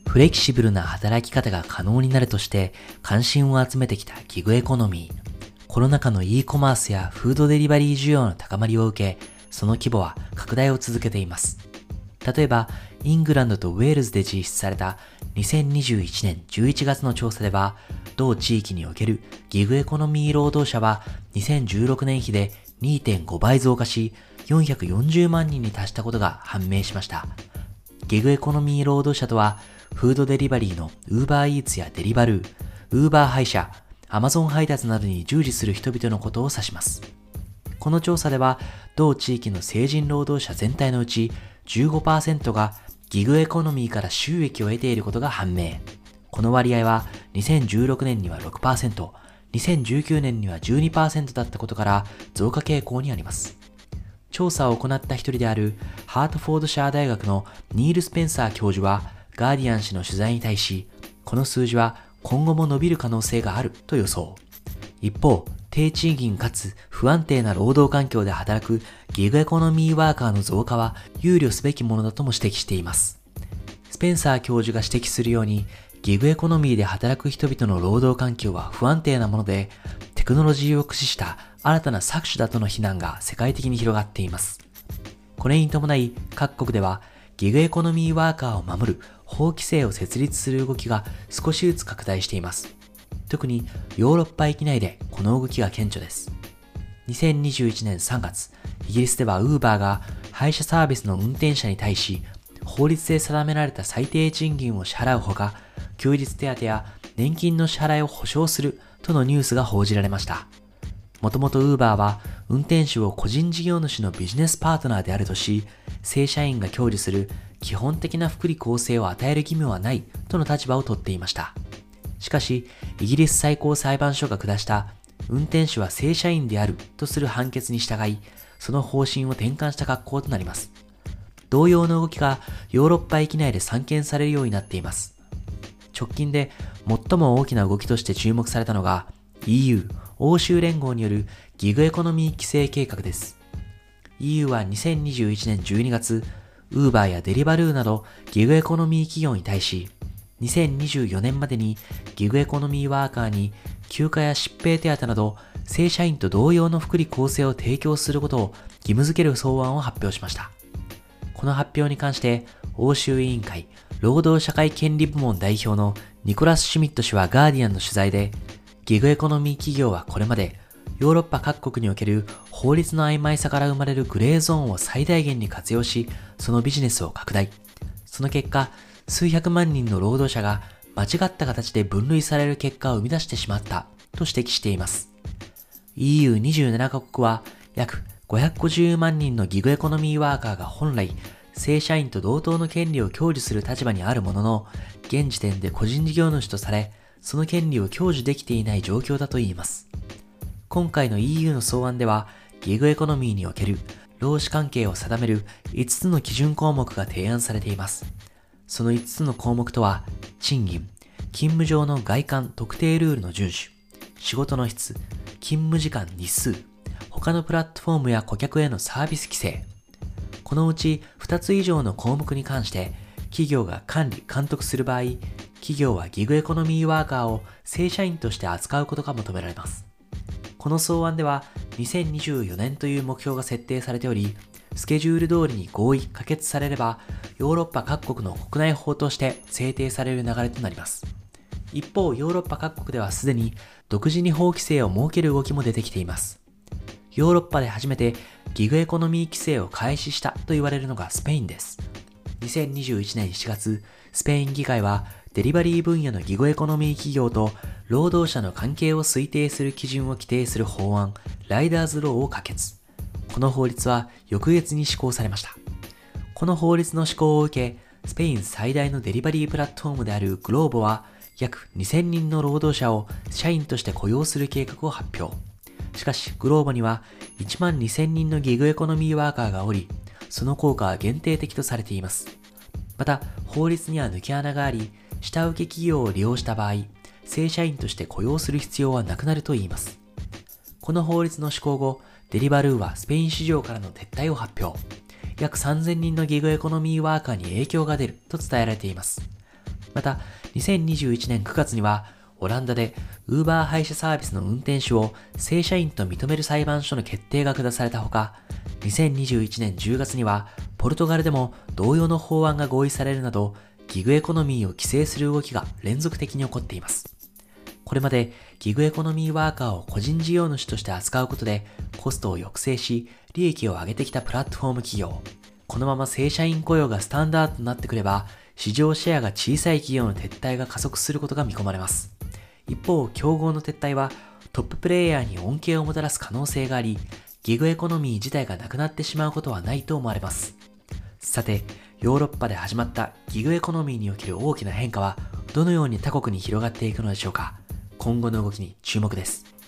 フレキシブルな働き方が可能になるとして関心を集めてきたギグエコノミー。コロナ禍の e コマースやフードデリバリー需要の高まりを受け、その規模は拡大を続けています。例えば、イングランドとウェールズで実施された2021年11月の調査では、同地域におけるギグエコノミー労働者は2016年比で 2.5 倍増加し、440万人に達したことが判明しました。ギグエコノミー労働者とは、フードデリバリーの Uber Eats やデリバルー、Uber 配車、Amazon 配達などに従事する人々のことを指します。この調査では、同地域の成人労働者全体のうち 15% がギグエコノミーから収益を得ていることが判明。この割合は2016年には 6%、2019年には 12% だったことから増加傾向にあります。調査を行った一人であるハートフォードシャー大学のニール・スペンサー教授はガーディアン紙の取材に対し、この数字は今後も伸びる可能性があると予想。一方、低賃金かつ不安定な労働環境で働くギグエコノミーワーカーの増加は憂慮すべきものだとも指摘しています。スペンサー教授が指摘するように、ギグエコノミーで働く人々の労働環境は不安定なもので、テクノロジーを駆使した新たな搾取だとの非難が世界的に広がっています。これに伴い、各国ではギグエコノミーワーカーを守る法規制を設立する動きが少しずつ拡大しています。特にヨーロッパ域内でこの動きが顕著です。2021年3月、イギリスでは Uber が配車サービスの運転者に対し、法律で定められた最低賃金を支払うほか、休日手当や年金の支払いを保証するとのニュースが報じられました。もともと Uber は運転手を個人事業主のビジネスパートナーであるとし、正社員が享受する基本的な福利厚生を与える義務はないとの立場をとっていました。しかし、イギリス最高裁判所が下した運転手は正社員であるとする判決に従い、その方針を転換した格好となります。同様の動きがヨーロッパ域内で散見されるようになっています。直近で最も大きな動きとして注目されたのが EU、欧州連合によるギグエコノミー規制計画です。EU は2021年12月、Uber やデリバルーなどギグエコノミー企業に対し、2024年までにギグエコノミーワーカーに休暇や疾病手当など正社員と同様の福利厚生を提供することを義務付ける草案を発表しました。この発表に関して欧州委員会労働社会権利部門代表のニコラス・シュミット氏はガーディアンの取材で、ギグエコノミー企業はこれまでヨーロッパ各国における法律の曖昧さから生まれるグレーゾーンを最大限に活用し、そのビジネスを拡大。その結果、数百万人の労働者が間違った形で分類される結果を生み出してしまったと指摘しています。EU27 カ国は約550万人のギグエコノミーワーカーが本来正社員と同等の権利を享受する立場にあるものの、現時点で個人事業主とされ、その権利を享受できていない状況だといいます。今回の EU の草案では、ギグエコノミーにおける労使関係を定める5つの基準項目が提案されています。その5つの項目とは、賃金、勤務上の外観特定ルールの遵守、仕事の質、勤務時間日数、他のプラットフォームや顧客へのサービス規制。このうち2つ以上の項目に関して、企業が管理・監督する場合、企業はギグエコノミーワーカーを正社員として扱うことが求められます。この草案では2024年という目標が設定されており、スケジュール通りに合意・可決されれば、ヨーロッパ各国の国内法として制定される流れとなります。一方、ヨーロッパ各国ではすでに独自に法規制を設ける動きも出てきています。ヨーロッパで初めてギグエコノミー規制を開始したと言われるのがスペインです。2021年7月、スペイン議会はデリバリー分野のギグエコノミー企業と労働者の関係を推定する基準を規定する法案、ライダーズローを可決。この法律は翌月に施行されました。この法律の施行を受け、スペイン最大のデリバリープラットフォームであるグローボは約2000人の労働者を社員として雇用する計画を発表。しかし、グローボには1万2000人のギグエコノミーワーカーがおり、その効果は限定的とされています。また、法律には抜け穴があり、下請け企業を利用した場合、正社員として雇用する必要はなくなるといいます。この法律の施行後、デリバルーはスペイン市場からの撤退を発表。約3000人のギグエコノミーワーカーに影響が出ると伝えられています。 また、2021年9月には、オランダで Uber 配車サービスの運転手を正社員と認める裁判所の決定が下されたほか、2021年10月には、ポルトガルでも同様の法案が合意されるなど、ギグエコノミーを規制する動きが連続的に起こっています。これまでギグエコノミーワーカーを個人事業主として扱うことでコストを抑制し利益を上げてきたプラットフォーム企業。このまま正社員雇用がスタンダードとなってくれば市場シェアが小さい企業の撤退が加速することが見込まれます。一方、競合の撤退はトッププレイヤーに恩恵をもたらす可能性があり、ギグエコノミー自体がなくなってしまうことはないと思われます。さて、ヨーロッパで始まったギグエコノミーにおける大きな変化はどのように他国に広がっていくのでしょうか。今後の動きに注目です。